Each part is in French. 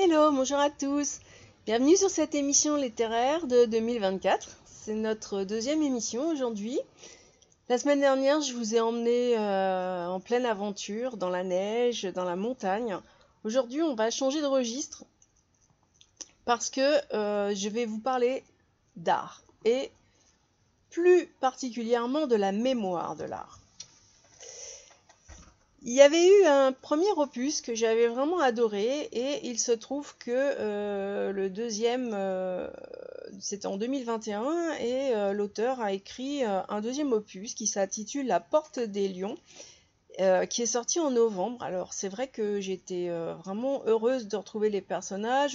Hello, bonjour à tous. Bienvenue sur cette émission littéraire de 2024. C'est notre deuxième émission aujourd'hui. La semaine dernière, je vous ai emmené en pleine aventure, dans la neige, dans la montagne. Aujourd'hui, on va changer de registre parce que je vais vous parler d'art et plus particulièrement de la mémoire de l'art. Il y avait eu un premier opus que j'avais vraiment adoré et il se trouve que le deuxième, c'était en 2021 et l'auteur a écrit un deuxième opus qui s'intitule La Porte des Lions, qui est sorti en novembre. Alors c'est vrai que j'étais vraiment heureuse de retrouver les personnages,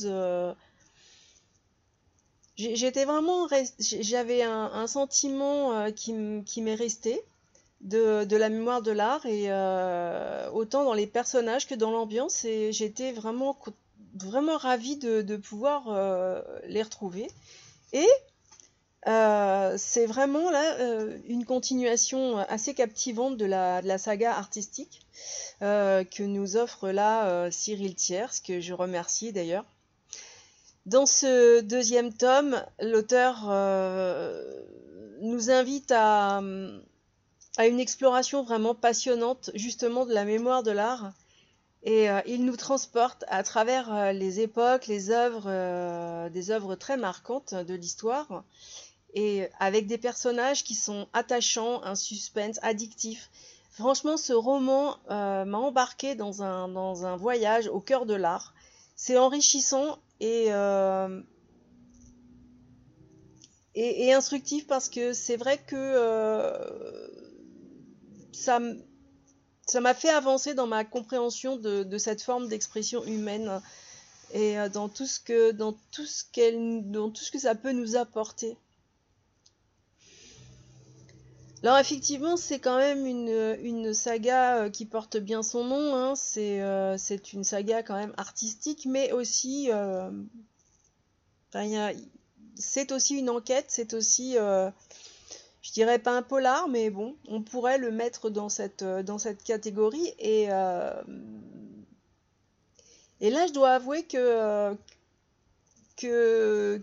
j'étais vraiment, j'avais un sentiment qui m'est resté de la mémoire de l'art et autant dans les personnages que dans l'ambiance et j'étais vraiment ravie de pouvoir les retrouver et c'est vraiment là une continuation assez captivante de la saga artistique que nous offre là Cyril Thiers, que je remercie d'ailleurs. Dans ce deuxième tome, l'auteur nous invite à une exploration vraiment passionnante justement de la mémoire de l'art et il nous transporte à travers les époques, les œuvres, des œuvres très marquantes de l'histoire et avec des personnages qui sont attachants, un suspense addictif. Franchement, ce roman m'a embarqué dans un voyage au cœur de l'art. C'est enrichissant et instructif parce que c'est vrai que ça m'a fait avancer dans ma compréhension de cette forme d'expression humaine et dans tout ce que ça peut nous apporter. Alors effectivement, c'est quand même une saga qui porte bien son nom, hein. C'est une saga quand même artistique, mais aussi, c'est aussi une enquête, c'est aussi je dirais pas un polar, mais bon, on pourrait le mettre dans cette catégorie. Et là, je dois avouer que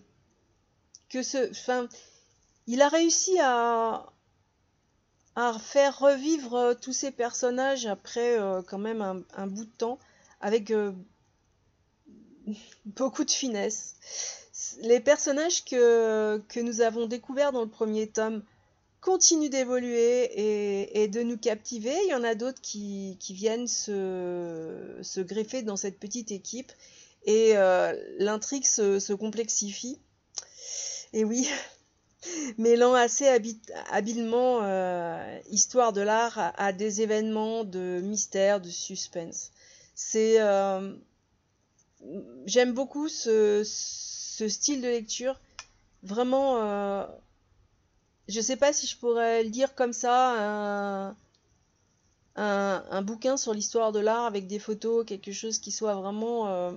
il a réussi à faire revivre tous ces personnages après quand même un bout de temps, avec beaucoup de finesse. Les personnages que nous avons découverts dans le premier tome continue d'évoluer et de nous captiver. Il y en a d'autres qui viennent se greffer dans cette petite équipe et l'intrigue se complexifie. Et oui, mêlant assez habilement histoire de l'art à des événements de mystère, de suspense. J'aime beaucoup ce style de lecture. Vraiment, je sais pas si je pourrais le dire comme ça, un bouquin sur l'histoire de l'art avec des photos, quelque chose qui soit vraiment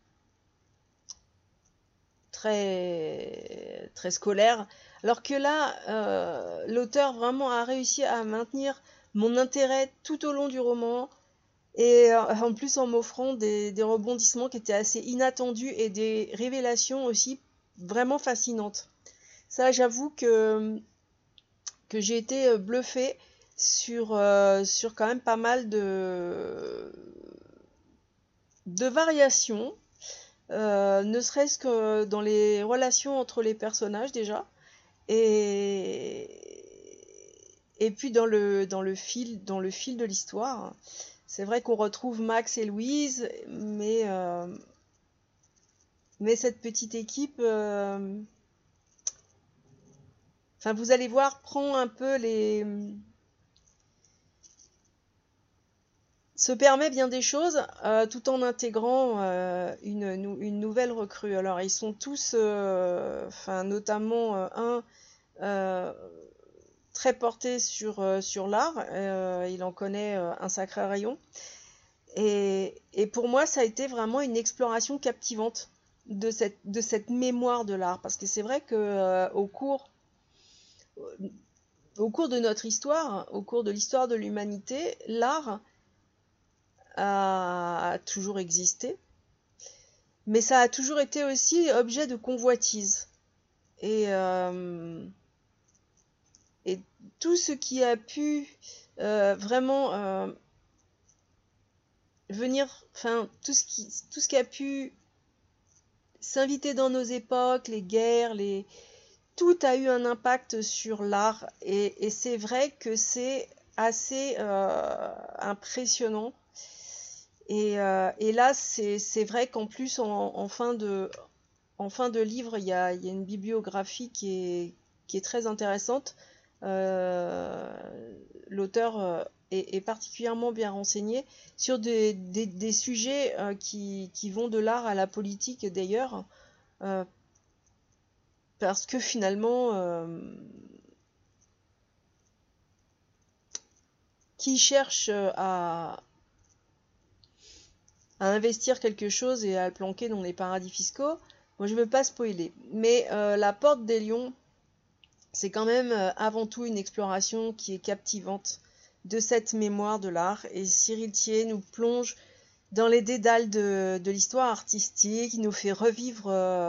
très, très scolaire. Alors que là, l'auteur vraiment a réussi à maintenir mon intérêt tout au long du roman et en plus en m'offrant des rebondissements qui étaient assez inattendus et des révélations aussi vraiment fascinantes. Ça, j'avoue que j'ai été bluffée sur quand même pas mal de variations, ne serait-ce que dans les relations entre les personnages déjà, et puis dans le fil de l'histoire. C'est vrai qu'on retrouve Max et Louise, mais cette petite équipe, vous allez voir, prend un peu se permet bien des choses tout en intégrant une nouvelle recrue. Alors ils sont tous, notamment un très porté sur l'art, il en connaît un sacré rayon. Et pour moi, ça a été vraiment une exploration captivante de cette mémoire de l'art. Parce que c'est vrai que au cours de notre histoire, au cours de l'histoire de l'humanité, l'art a toujours existé. mais ça a toujours été aussi objet de convoitise. Et, et tout ce qui a pu vraiment venir, enfin, tout ce qui a pu s'inviter dans nos époques, les guerres, tout a eu un impact sur l'art. Et c'est vrai que c'est assez impressionnant. Et là, c'est vrai qu'en plus, en fin de livre, il y a une bibliographie qui est très intéressante. Euh, L'auteur est particulièrement bien renseigné sur des sujets qui vont de l'art à la politique d'ailleurs, euh, parce que finalement, qui cherche à investir quelque chose et à le planquer dans les paradis fiscaux, moi je ne veux pas spoiler, mais la Porte des Lions, c'est quand même avant tout une exploration qui est captivante de cette mémoire de l'art. Et Cyril Thier nous plonge dans les dédales de l'histoire artistique, il nous fait revivre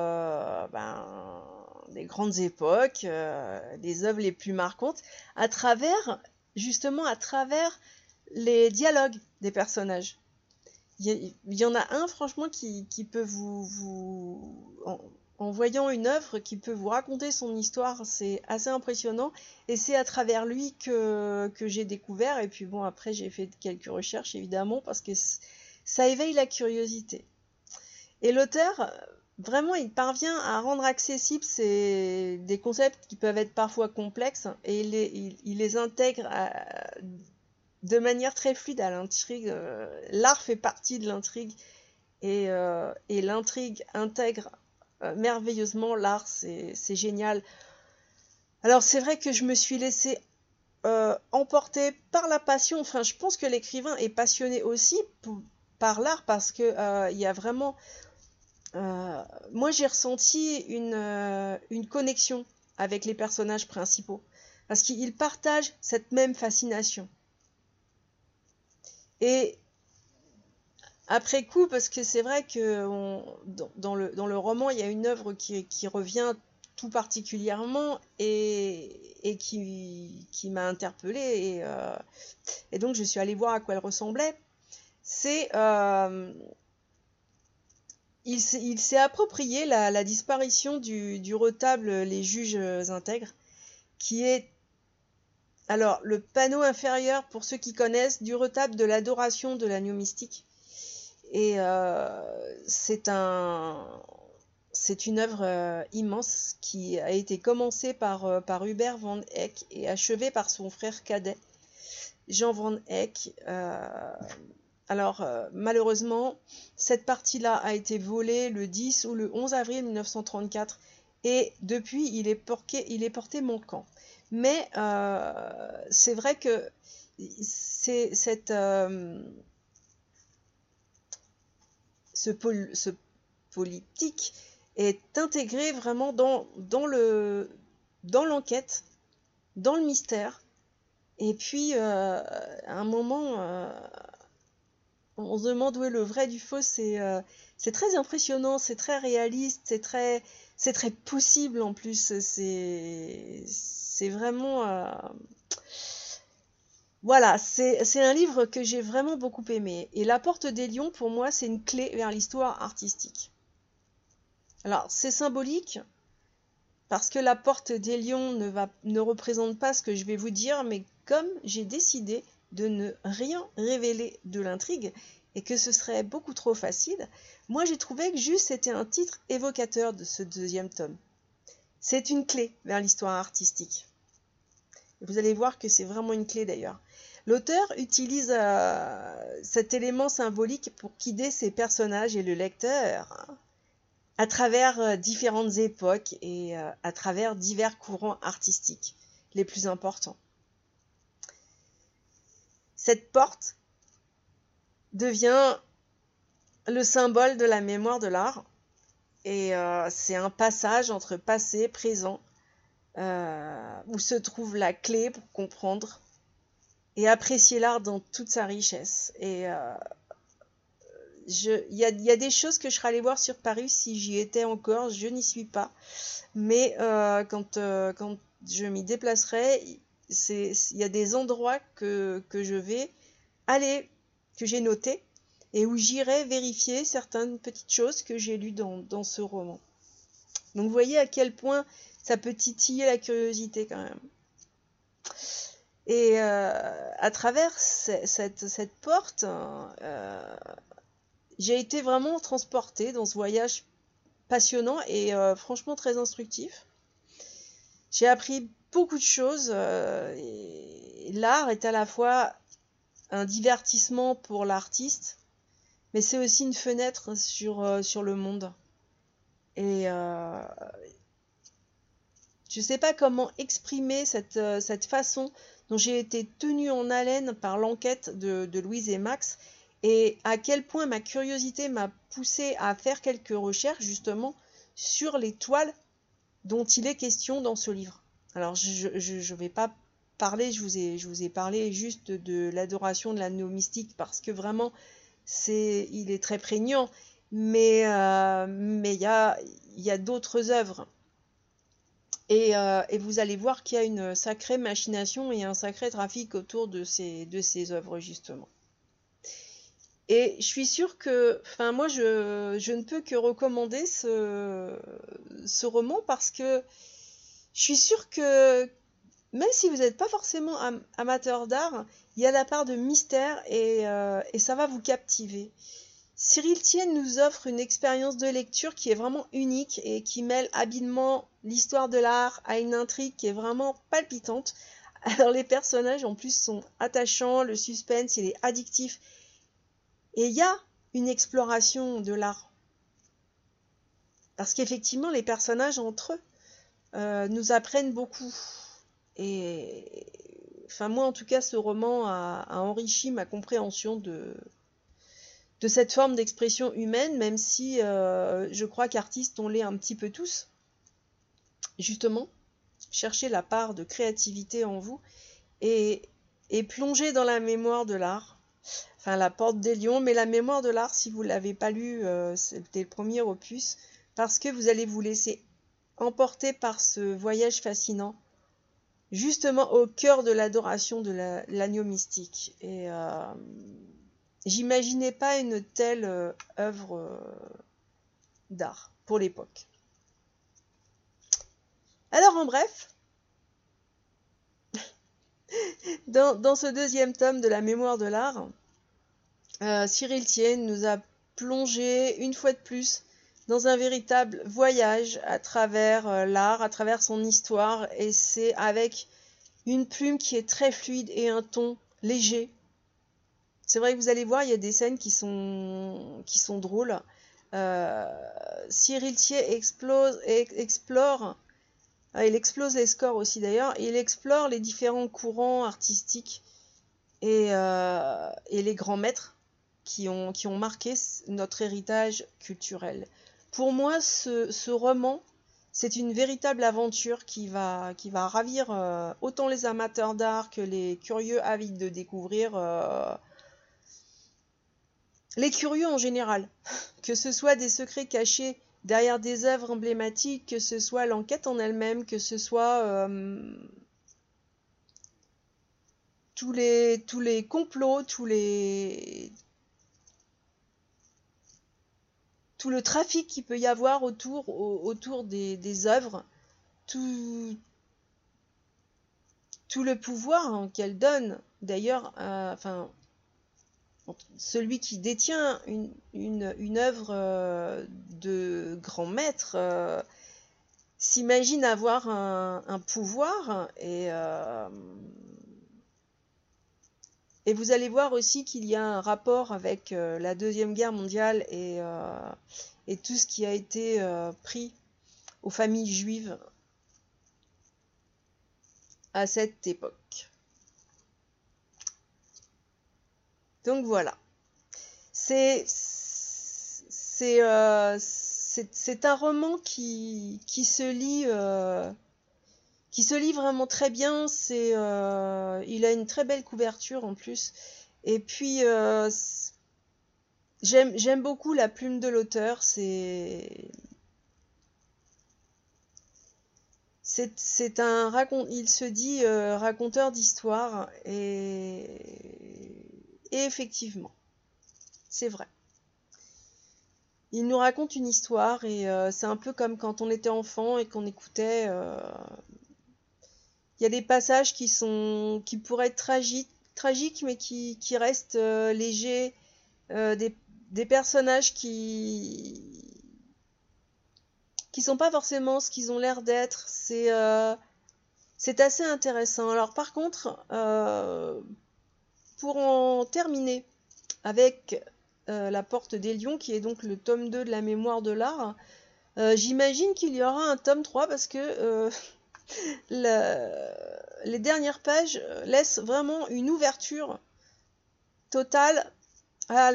des grandes époques, les œuvres les plus marquantes, justement à travers les dialogues des personnages. Il y en a un, franchement, qui peut en voyant une œuvre, qui peut vous raconter son histoire. C'est assez impressionnant. Et c'est à travers lui que j'ai découvert. Et puis bon, après, j'ai fait quelques recherches, évidemment, parce que ça éveille la curiosité. Et l'auteur, vraiment, il parvient à rendre accessibles des concepts qui peuvent être parfois complexes. Et il les intègre de manière très fluide à l'intrigue. L'art fait partie de l'intrigue et l'intrigue intègre merveilleusement l'art, c'est génial. Alors c'est vrai que je me suis laissée emporter par la passion, enfin je pense que l'écrivain est passionné aussi par l'art parce que il y a vraiment... moi j'ai ressenti une connexion avec les personnages principaux parce qu'ils partagent cette même fascination. Et après coup, parce que c'est vrai que dans le roman, il y a une œuvre qui revient tout particulièrement et qui m'a interpellée. Et donc, je suis allée voir à quoi elle ressemblait. C'est, il s'est approprié la disparition du retable Les Juges intègres, qui est alors le panneau inférieur, pour ceux qui connaissent, du retable de l'adoration de l'agneau mystique. Et c'est une œuvre immense qui a été commencée par Hubert van Eyck et achevée par son frère cadet, Jean van Eyck. Alors, malheureusement, cette partie-là a été volée le 10 ou le 11 avril 1934 et depuis, il est porté manquant. Mais c'est vrai que cette... ce politique est intégré vraiment dans l'enquête, dans le mystère. Et puis, à un moment, on se demande où est le vrai du faux. C'est très impressionnant, c'est très réaliste, c'est très possible en plus. C'est vraiment... voilà, c'est un livre que j'ai vraiment beaucoup aimé. Et La Porte des Lions, pour moi, c'est une clé vers l'histoire artistique. Alors, c'est symbolique, parce que la porte des lions ne représente pas ce que je vais vous dire, mais comme j'ai décidé de ne rien révéler de l'intrigue, et que ce serait beaucoup trop facile, moi j'ai trouvé que juste c'était un titre évocateur de ce deuxième tome. C'est une clé vers l'histoire artistique. Et vous allez voir que c'est vraiment une clé d'ailleurs. L'auteur utilise cet élément symbolique pour guider ses personnages et le lecteur à travers différentes époques et à travers divers courants artistiques les plus importants. Cette porte devient le symbole de la mémoire de l'art et c'est un passage entre passé et présent où se trouve la clé pour comprendre et apprécier l'art dans toute sa richesse. Et il y a des choses que je serais allée voir sur Paris si j'y étais encore, je n'y suis pas. Mais quand je m'y déplacerai, il y a des endroits que je vais aller, que j'ai notés, et où j'irai vérifier certaines petites choses que j'ai lues dans ce roman. Donc vous voyez à quel point ça peut titiller la curiosité quand même. Et à travers cette porte, j'ai été vraiment transportée dans ce voyage passionnant et franchement très instructif. J'ai appris beaucoup de choses. Et l'art est à la fois un divertissement pour l'artiste, mais c'est aussi une fenêtre sur le monde. Et je ne sais pas comment exprimer cette façon dont j'ai été tenue en haleine par l'enquête de Louise et Max, et à quel point ma curiosité m'a poussée à faire quelques recherches justement sur les toiles dont il est question dans ce livre. Alors je ne vais pas parler, je vous ai parlé juste de l'adoration de l'anneau mystique parce que vraiment il est très prégnant, mais il y a d'autres œuvres. Et vous allez voir qu'il y a une sacrée machination et un sacré trafic autour de ces œuvres, justement. Et je suis sûre que, enfin, moi, je ne peux que recommander ce roman parce que je suis sûre que, même si vous n'êtes pas forcément amateur d'art, il y a la part de mystère et ça va vous captiver. Cyril Thienne nous offre une expérience de lecture qui est vraiment unique et qui mêle habilement l'histoire de l'art à une intrigue qui est vraiment palpitante. Alors les personnages en plus sont attachants, le suspense il est addictif et il y a une exploration de l'art. Parce qu'effectivement les personnages entre eux nous apprennent beaucoup. Et enfin moi en tout cas ce roman a enrichi ma compréhension de cette forme d'expression humaine, même si je crois qu'artistes on l'est un petit peu tous. Justement, cherchez la part de créativité en vous et plongez dans la mémoire de l'art. Enfin, La Porte des Lions, mais la mémoire de l'art, si vous ne l'avez pas lu, c'était le premier opus, parce que vous allez vous laisser emporter par ce voyage fascinant, justement au cœur de l'adoration de l'agneau mystique. Et j'imaginais pas une telle œuvre d'art pour l'époque. Alors en bref, dans ce deuxième tome de la mémoire de l'art, Cyril Thienne nous a plongé une fois de plus dans un véritable voyage à travers l'art, à travers son histoire, et c'est avec une plume qui est très fluide et un ton léger. C'est vrai que vous allez voir, il y a des scènes qui sont drôles. Cyril Thienne explore, il explose les scores aussi d'ailleurs, il explore les différents courants artistiques et les grands maîtres qui ont marqué notre héritage culturel. Pour moi, ce roman, c'est une véritable aventure qui va ravir autant les amateurs d'art que les curieux avides de découvrir les curieux en général, que ce soit des secrets cachés derrière des œuvres emblématiques, que ce soit l'enquête en elle-même, que ce soit tous les complots, tout le trafic qu'il peut y avoir autour des œuvres, tout le pouvoir qu'elles donnent. D'ailleurs, celui qui détient une œuvre de grand maître s'imagine avoir un pouvoir et vous allez voir aussi qu'il y a un rapport avec la Deuxième Guerre mondiale et tout ce qui a été pris aux familles juives à cette époque. Donc voilà. C'est un roman qui se lit vraiment très bien. Il a une très belle couverture en plus. Et puis j'aime beaucoup la plume de l'auteur. C'est un il se dit raconteur d'histoire et effectivement, c'est vrai. Il nous raconte une histoire et c'est un peu comme quand on était enfant et qu'on écoutait. Il y a des passages qui pourraient être tragiques mais qui restent légers. Des personnages qui sont pas forcément ce qu'ils ont l'air d'être. C'est assez intéressant. Alors par contre, pour en terminer avec La Porte des Lions, qui est donc le tome 2 de la mémoire de l'art, j'imagine qu'il y aura un tome 3 parce que les dernières pages laissent vraiment une ouverture totale à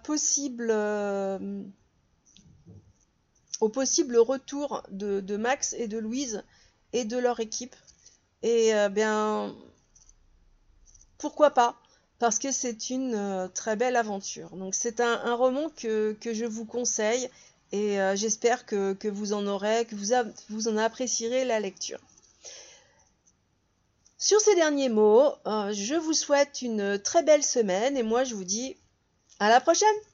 au possible retour de Max et de Louise et de leur équipe. Et bien, pourquoi pas? Parce que c'est une très belle aventure. Donc c'est un roman que je vous conseille et j'espère que vous en aurez, vous en apprécierez la lecture. Sur ces derniers mots, je vous souhaite une très belle semaine et moi je vous dis à la prochaine!